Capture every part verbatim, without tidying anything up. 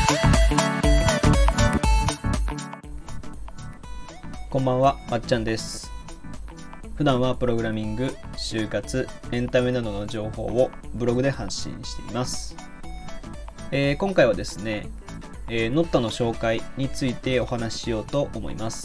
こんばんは、まっちゃんです。普段はプログラミング、就活、エンタメなどの情報をブログで発信しています。えー、今回はですね、えー、ノッタの紹介についてお話ししようと思います。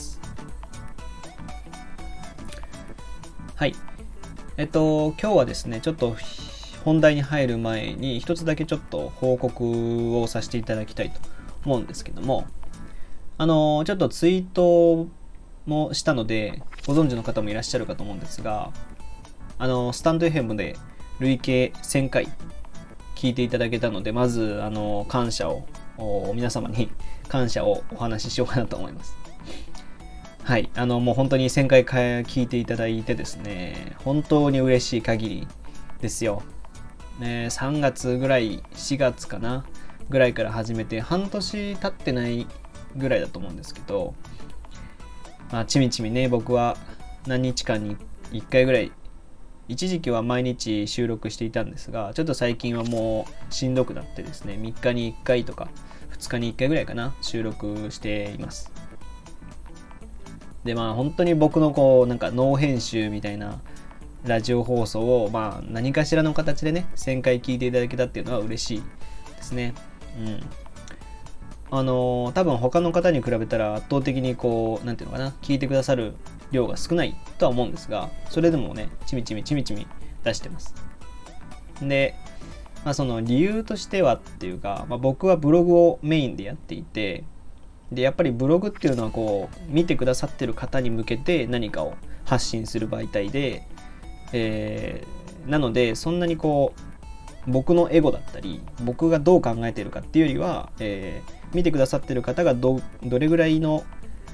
はい。えっと、今日はですね、ちょっと本題に入る前に一つだけちょっと報告をさせていただきたいと思うんですけども、あの、ちょっとツイートもしたのでご存知の方もいらっしゃるかと思うんですが、あのスタンド エフエム で累計せんかい聞いていただけたので、まずあの感謝を皆様に感謝をお話ししようかなと思います。はい、あのもう本当にせんかい聞いていただいてですね、本当に嬉しい限りですよ、ね、さんがつぐらい、しがつかなぐらいから始めて半年経ってないぐらいだと思うんですけど、まあ、ちみちみね、僕は何日間にいっかいぐらい、一時期は毎日収録していたんですが、ちょっと最近はもうしんどくなってですね、みっかにいっかいとかふつかにいっかいぐらいかな、収録しています。で、まあ本当に僕のこうなんかノー編集みたいなラジオ放送を、まあ何かしらの形でね、せんかい聞いていただけたっていうのは嬉しいですね。うん。あのー、多分他の方に比べたら圧倒的にこうなんていうのかな、聞いてくださる量が少ないとは思うんですが、それでもね、ちみちみちみちみ出してます。で、まあ、その理由としてはっていうか、まあ、僕はブログをメインでやっていて、でやっぱりブログっていうのはこう見てくださってる方に向けて何かを発信する媒体で、えー、なのでそんなにこう僕のエゴだったり僕がどう考えているかっていうよりは、えー、見てくださっている方が ど, どれぐらいの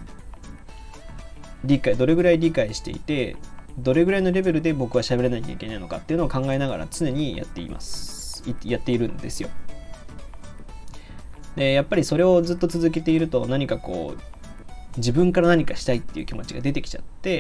理解どれぐらい理解していて、どれぐらいのレベルで僕は喋らなきゃいけないのかっていうのを考えながら常にやっていますやっているんですよ。でやっぱりそれをずっと続けていると、何かこう自分から何かしたいっていう気持ちが出てきちゃって、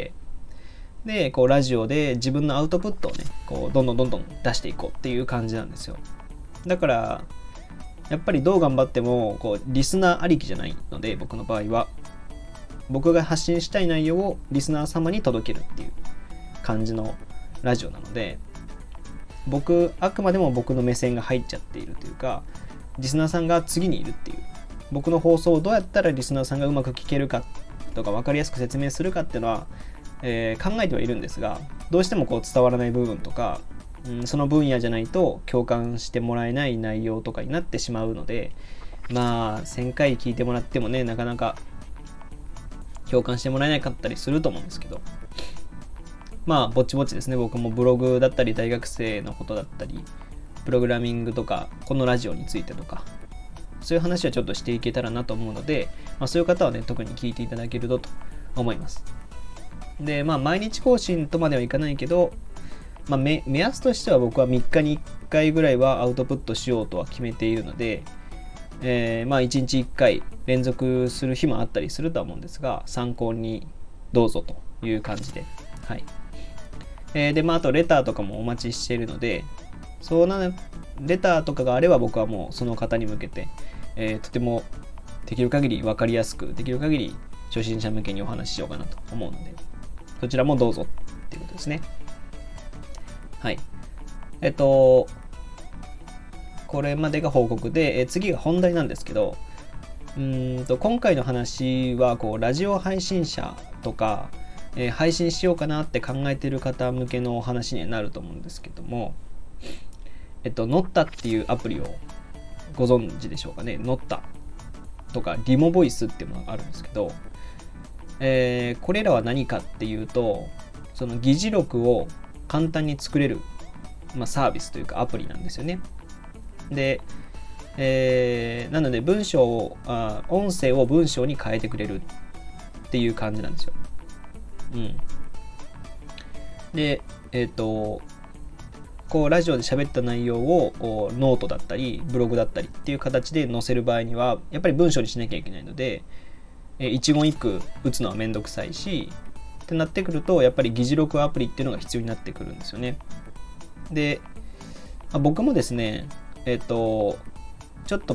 でこうラジオで自分のアウトプットをね、こうどんどんどんどん出していこうっていう感じなんですよ。だからやっぱりどう頑張ってもこうリスナーありきじゃないので、僕の場合は僕が発信したい内容をリスナー様に届けるっていう感じのラジオなので、僕あくまでも僕の目線が入っちゃっているというか、リスナーさんが次にいるっていう、僕の放送をどうやったらリスナーさんがうまく聞けるかとか分かりやすく説明するかっていうのはえー、考えてはいるんですが、どうしてもこう伝わらない部分とか、うん、その分野じゃないと共感してもらえない内容とかになってしまうので、まあせんかい聞いてもらってもね、なかなか共感してもらえなかったりすると思うんですけど、まあぼちぼちですね、僕もブログだったり大学生のことだったりプログラミングとかこのラジオについてとか、そういう話はちょっとしていけたらなと思うので、まあ、そういう方はね特に聞いていただけるとと思います。でまあ毎日更新とまではいかないけど、まあ、目, 目安としては僕はみっかにいっかいぐらいはアウトプットしようとは決めているので、えー、まあいちにちいっかい連続する日もあったりするとは思うんですが、参考にどうぞという感じで、はい。えー、でまああとレターとかもお待ちしているので、そうなレターとかがあれば僕はもうその方に向けて、えー、とてもできる限り分かりやすく、できる限り初心者向けにお話ししようかなと思うので、そちらもどうぞっていうことですね。はい。えっと、これまでが報告で、え次が本題なんですけど、うーんと今回の話はこうラジオ配信者とか、えー、配信しようかなって考えている方向けのお話にはなると思うんですけども、えっと、ノッタっていうアプリをご存知でしょうかね。ノッタとかリモボイスっていうものがあるんですけど、えー、これらは何かっていうと、その議事録を簡単に作れる、まあ、サービスというかアプリなんですよね。で、えー、なので文章をあ音声を文章に変えてくれるっていう感じなんですよ。うん。で、えっとこうラジオで喋った内容をノートだったりブログだったりっていう形で載せる場合にはやっぱり文章にしなきゃいけないので、一言一句打つのはめんどくさいしってなってくると、やっぱり議事録アプリっていうのが必要になってくるんですよね。で、まあ、僕もですねえっとちょっと前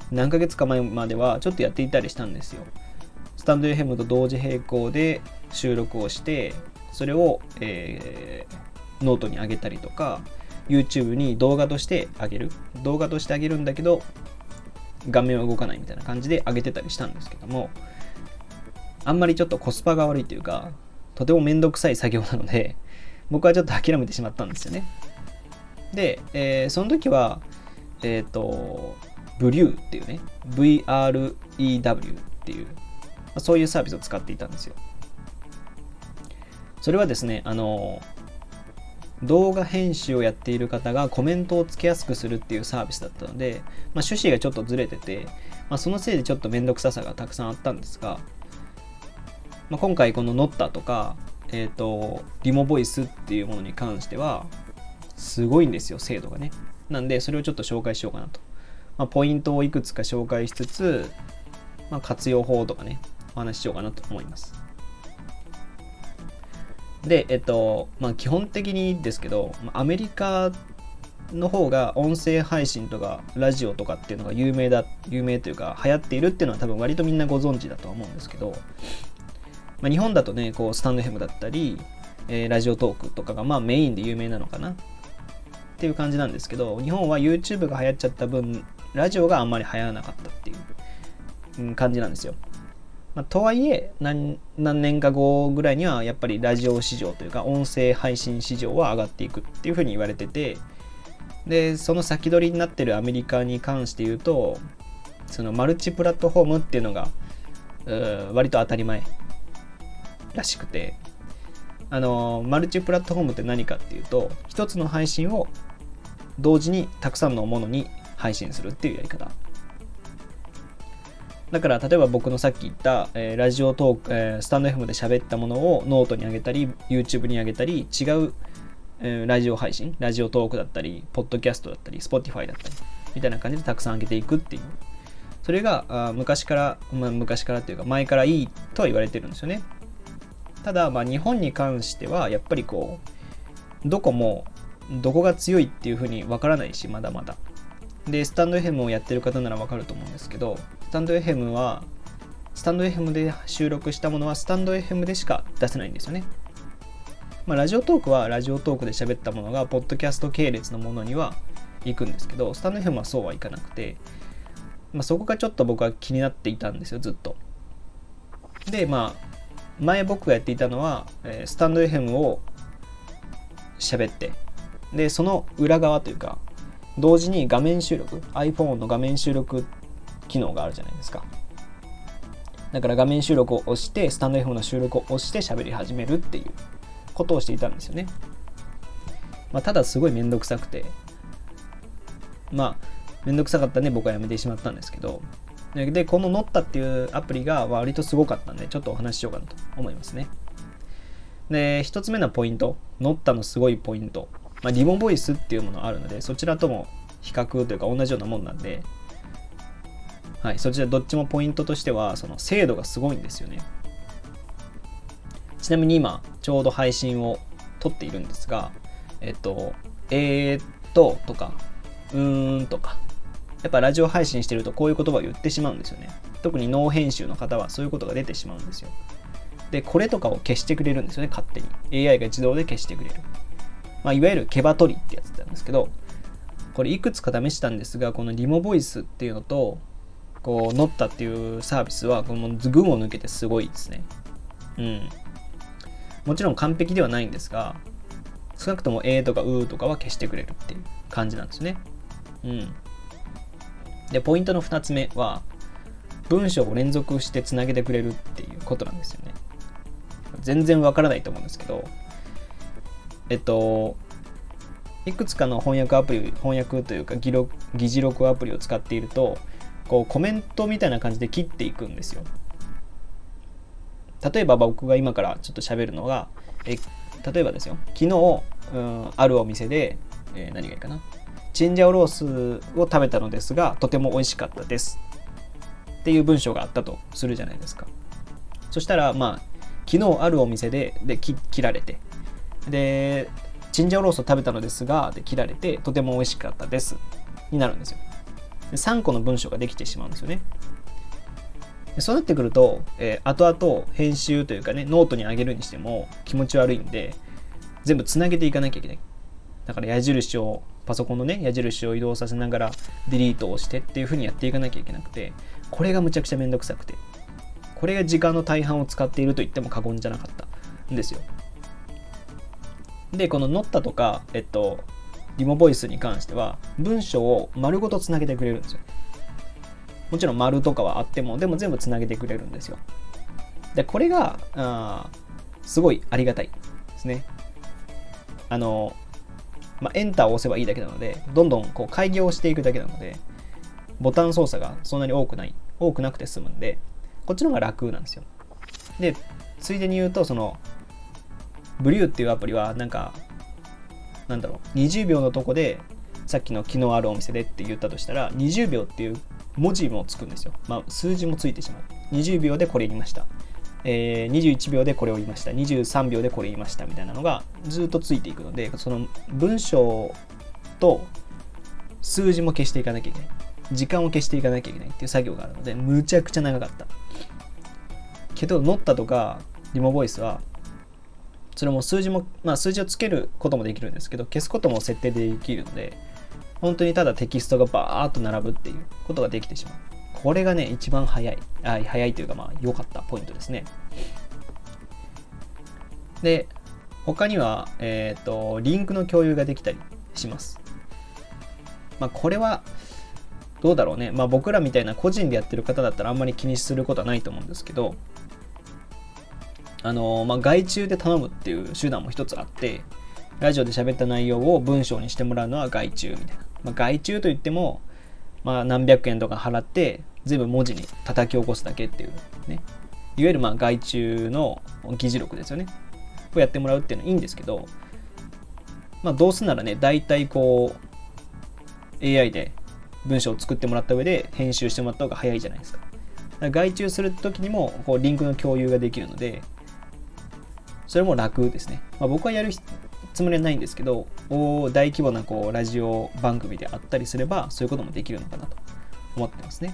何ヶ月か前まではちょっとやっていたりしたんですよ。スタンド エフエム と同時並行で収録をして、それを、えー、ノートに上げたりとか、YouTube に動画として上げる。動画として上げるんだけど、画面は動かないみたいな感じで上げてたりしたんですけども、あんまりちょっとコスパが悪いというか、とてもめんどくさい作業なので、僕はちょっと諦めてしまったんですよね。で、えー、その時は、えっと、ブリューっていうね、ブイアールイーダブリュー っていう、そういうサービスを使っていたんですよ。それはですね、あの、動画編集をやっている方がコメントをつけやすくするっていうサービスだったので、まあ、趣旨がちょっとずれてて、まあ、そのせいでちょっとめんどくささがたくさんあったんですが、まあ、今回このノッタとか、えっと、リモボイスっていうものに関しては、すごいんですよ、精度がね。なんで、それをちょっと紹介しようかなと。まあ、ポイントをいくつか紹介しつつ、まあ、活用法とかね、お話ししようかなと思います。で、えっと、まあ、基本的にですけど、アメリカの方が音声配信とかラジオとかっていうのが有名だ、有名というか流行っているっていうのは多分割とみんなご存知だとは思うんですけど、まあ、日本だとね、こうスタンド エフエム だったり、えー、ラジオトークとかがまあメインで有名なのかなっていう感じなんですけど、日本は YouTube が流行っちゃった分、ラジオがあんまり流行らなかったっていう感じなんですよ。まあ、とはいえ何、何年か後ぐらいにはやっぱりラジオ市場というか音声配信市場は上がっていくっていうふうに言われてて、で、その先取りになってるアメリカに関して言うと、そのマルチプラットフォームっていうのが割と当たり前らしくて、あのマルチプラットフォームって何かっていうと、一つの配信を同時にたくさんのものに配信するっていうやり方だから、例えば僕のさっき言った、えー、ラジオトーク、えー、スタンド エフエム で喋ったものをノートに上げたり YouTube に上げたり、違う、えー、ラジオ配信、ラジオトークだったりポッドキャストだったり Spotify だったりみたいな感じでたくさん上げていくっていう、それがあ昔から、まあ、昔からっていうか前からいいとは言われてるんですよね。ただ、まあ、日本に関してはやっぱりこうどこもどこが強いっていう風にわからないし、まだまだで、スタンド エフエム をやってる方ならわかると思うんですけど、スタンド エフエム はスタンド エフエム で収録したものはスタンド エフエム でしか出せないんですよね。まあ、ラジオトークはラジオトークで喋ったものがポッドキャスト系列のものには行くんですけど、スタンド エフエム はそうはいかなくて、まあ、そこがちょっと僕は気になっていたんですよ、ずっと。で、まあ前僕がやっていたのは、えー、スタンド エフエム を喋って、でその裏側というか同時に画面収録、 iPhone の画面収録機能があるじゃないですか。だから画面収録を押してスタンド エフエム の収録を押して喋り始めるっていうことをしていたんですよね。まあ、ただすごいめんどくさくて、まあめんどくさかったんで僕はやめてしまったんですけど、でこのノッタっていうアプリが割とすごかったんでちょっとお話ししようかなと思いますね。で、一つ目のポイント、ノッタのすごいポイント、まあ、リモボイスっていうものがあるので、そちらとも比較というか同じようなもんなんで、はい、そちらどっちもポイントとしてはその精度がすごいんですよね。ちなみに今ちょうど配信を撮っているんですが、えっとえー、っととかうーんとか、やっぱラジオ配信してるとこういう言葉を言ってしまうんですよね。特にノー編集の方はそういうことが出てしまうんですよ。で、これとかを消してくれるんですよね、勝手に。エーアイ が自動で消してくれる。まあ、いわゆる毛羽取りってやつなんですけど、これいくつか試したんですが、このリモボイスっていうのと、こう、ノッタっていうサービスは、この群を抜けてすごいですね。うん。もちろん完璧ではないんですが、少なくともえーとかうーとかは消してくれるっていう感じなんですね。うん。で、ポイントのふたつめは、文章を連続してつなげてくれるっていうことなんですよね。全然わからないと思うんですけど、えっと、いくつかの翻訳アプリ、翻訳というか議録、議事録アプリを使っていると、こうコメントみたいな感じで切っていくんですよ。例えば僕が今からちょっと喋るのが、え例えばですよ、昨日、うん、あるお店で、えー、何がいいかな、チンジャオロースを食べたのですが、とても美味しかったですっていう文章があったとするじゃないですか。そしたら、まあ、昨日あるお店で、で切られて、で、チンジャオロースを食べたのですが、で切られて、とても美味しかったですになるんですよ。 さんこの文章ができてしまうんですよね。そうなってくると、えー、後々編集というかね、ノートに上げるにしても気持ち悪いんで、全部つなげていかなきゃいけない。だから矢印を、パソコンのね、矢印を移動させながらデリートをしてっていう風にやっていかなきゃいけなくて、これがむちゃくちゃめんどくさくて、これが時間の大半を使っていると言っても過言じゃなかったんですよ。で、このノッタとか、えっと、リモボイスに関しては、文章を丸ごとつなげてくれるんですよ。もちろん丸とかはあっても、でも全部つなげてくれるんですよ。で、これが、あすごいありがたいですね。あの、まあ、エンターを押せばいいだけなので、どんどんこう開業していくだけなので、ボタン操作がそんなに多くない、多くなくて済むんで、こっちの方が楽なんですよ。で、ついでに言うと、その、ブリューっていうアプリは、なんか、なんだろう、にじゅうびょうのとこで、さっきの昨日あるお店でって言ったとしたら、にじゅうびょうっていう文字もつくんですよ。まあ、数字もついてしまう。にじゅうびょうでこれ言いました。えー、にじゅういちびょうでこれを言いました。にじゅうさんびょうでこれ言いました。みたいなのがずっとついていくので、その文章と数字も消していかなきゃいけない。時間を消していかなきゃいけないっていう作業があるので、むちゃくちゃ長かった。けど、ノッタとかリモボイスは、それも数字も、まあ数字をつけることもできるんですけど、消すことも設定できるので、本当にただテキストがバーっと並ぶっていうことができてしまう。これがね、一番早い。あ、早いというか、まあ良かったポイントですね。で、他には、えっと、リンクの共有ができたりします。まあこれは、どうだろうね。まあ僕らみたいな個人でやってる方だったらあんまり気にすることはないと思うんですけど、あのまあ、外注で頼むっていう手段も一つあって、ラジオで喋った内容を文章にしてもらうのは外注みたいな。まあ、外注といっても、まあ、何百円とか払って全部文字に叩き起こすだけっていうね。いわゆるまあ外注の議事録ですよね。をやってもらうっていうのはいいんですけど、まあ、どうせならね、大体こう エーアイ で文章を作ってもらった上で編集してもらった方が早いじゃないですか。だから外注するときにもこうリンクの共有ができるので、それも楽ですね。まあ、僕はやるつもりはないんですけど、大規模なこうラジオ番組であったりすれば、そういうこともできるのかなと思ってますね。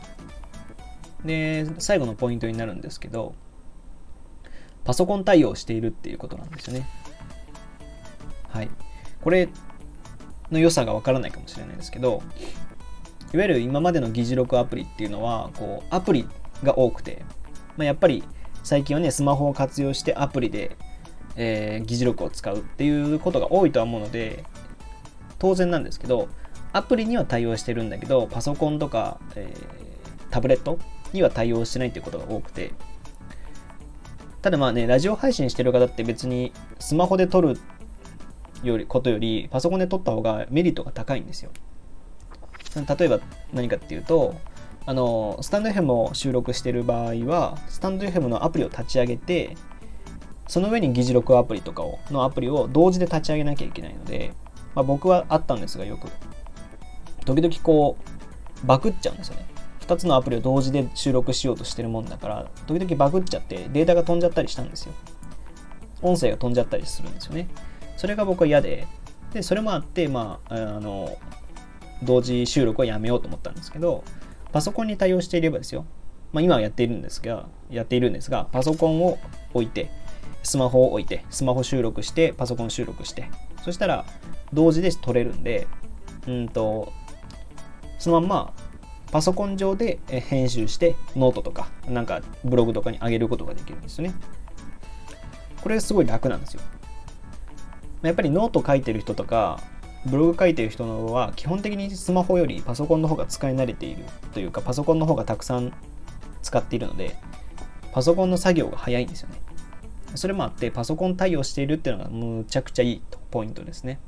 で、最後のポイントになるんですけど、パソコン対応しているっていうことなんですよね。はい。これの良さがわからないかもしれないですけど、いわゆる今までの議事録アプリっていうのは、こうアプリが多くて、まあ、やっぱり最近はね、スマホを活用してアプリで、えー、議事録を使うっていうことが多いとは思うので、当然なんですけど、アプリには対応してるんだけど、パソコンとか、えー、タブレットには対応してないっていうことが多くて、ただまあね、ラジオ配信してる方って別にスマホで撮るよりことより、パソコンで撮った方がメリットが高いんですよ。例えば何かっていうと、あのスタンド エフエム を収録している場合は、スタンド エフエム のアプリを立ち上げて、その上に議事録アプリとかをのアプリを同時で立ち上げなきゃいけないので、まあ、僕はあったんですが、よく時々こうバグっちゃうんですよね。ふたつのアプリを同時で収録しようとしてるもんだから、時々バグっちゃってデータが飛んじゃったりしたんですよ。音声が飛んじゃったりするんですよね。それが僕は嫌で、でそれもあって、まあ、あの同時収録はやめようと思ったんですけど、パソコンに対応していればですよ、まあ、今はやっているんですが、やっているんですが、パソコンを置いて、スマホを置いて、スマホ収録して、パソコン収録して、そしたら同時で撮れるんで、うんと、そのまんまパソコン上で編集して、ノートとか、なんかブログとかに上げることができるんですよね。これがすごい楽なんですよ。やっぱりノート書いてる人とか、ブログ書いてる人は基本的にスマホよりパソコンの方が使い慣れているというか、パソコンの方がたくさん使っているので、パソコンの作業が早いんですよね。それもあってパソコン対応しているっていうのがむちゃくちゃいいポイントですね。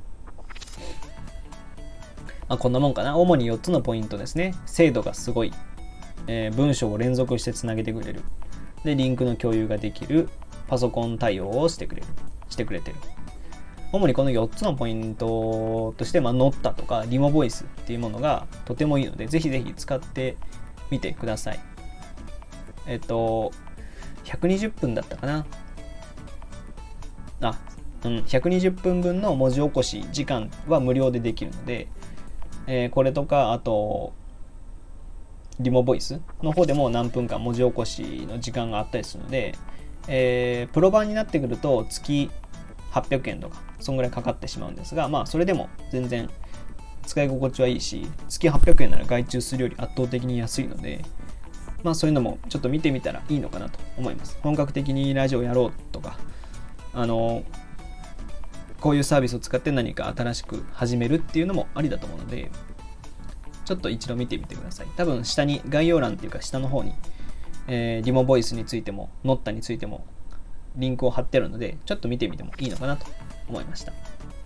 まあ、こんなもんかな。主によっつのポイントですね。精度がすごい、えー、文章を連続してつなげてくれる。で、リンクの共有ができる。パソコン対応をしてくれる。してくれてる。主にこのよっつのポイントとして、まあ、ノッタとかリモボイスっていうものがとてもいいので、ぜひぜひ使ってみてください。えっと、ひゃくにじゅっぷんだったかな。あ、うん、ひゃくにじゅっぷんぶんの文字起こし時間は無料でできるので、えー、これとか、あと、 リモボイスの方でも何分間文字起こしの時間があったりするので、えー、プロ版になってくると月はっぴゃくえんとかそんぐらいかかってしまうんですが、まあそれでも全然使い心地はいいし、月はっぴゃくえんなら外注するより圧倒的に安いので、まあそういうのもちょっと見てみたらいいのかなと思います。本格的にラジオやろうとか、あのこういうサービスを使って何か新しく始めるっていうのもありだと思うので、ちょっと一度見てみてください。多分下に概要欄っていうか下の方に、えー、リモボイスについてもノッタについてもリンクを貼ってあるので、ちょっと見てみてもいいのかなと思いました。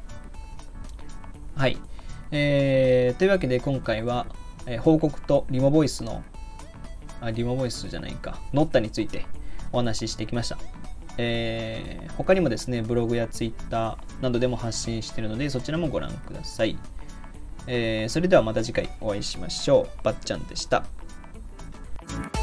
はい、えー、というわけで今回は、えー、報告とリモボイスのあリモボイスじゃないかノッタについてお話ししてきました。えー、他にもですねブログやツイッターなどでも発信しているので、そちらもご覧ください。えー、それではまた次回お会いしましょう。ばっちゃんでした。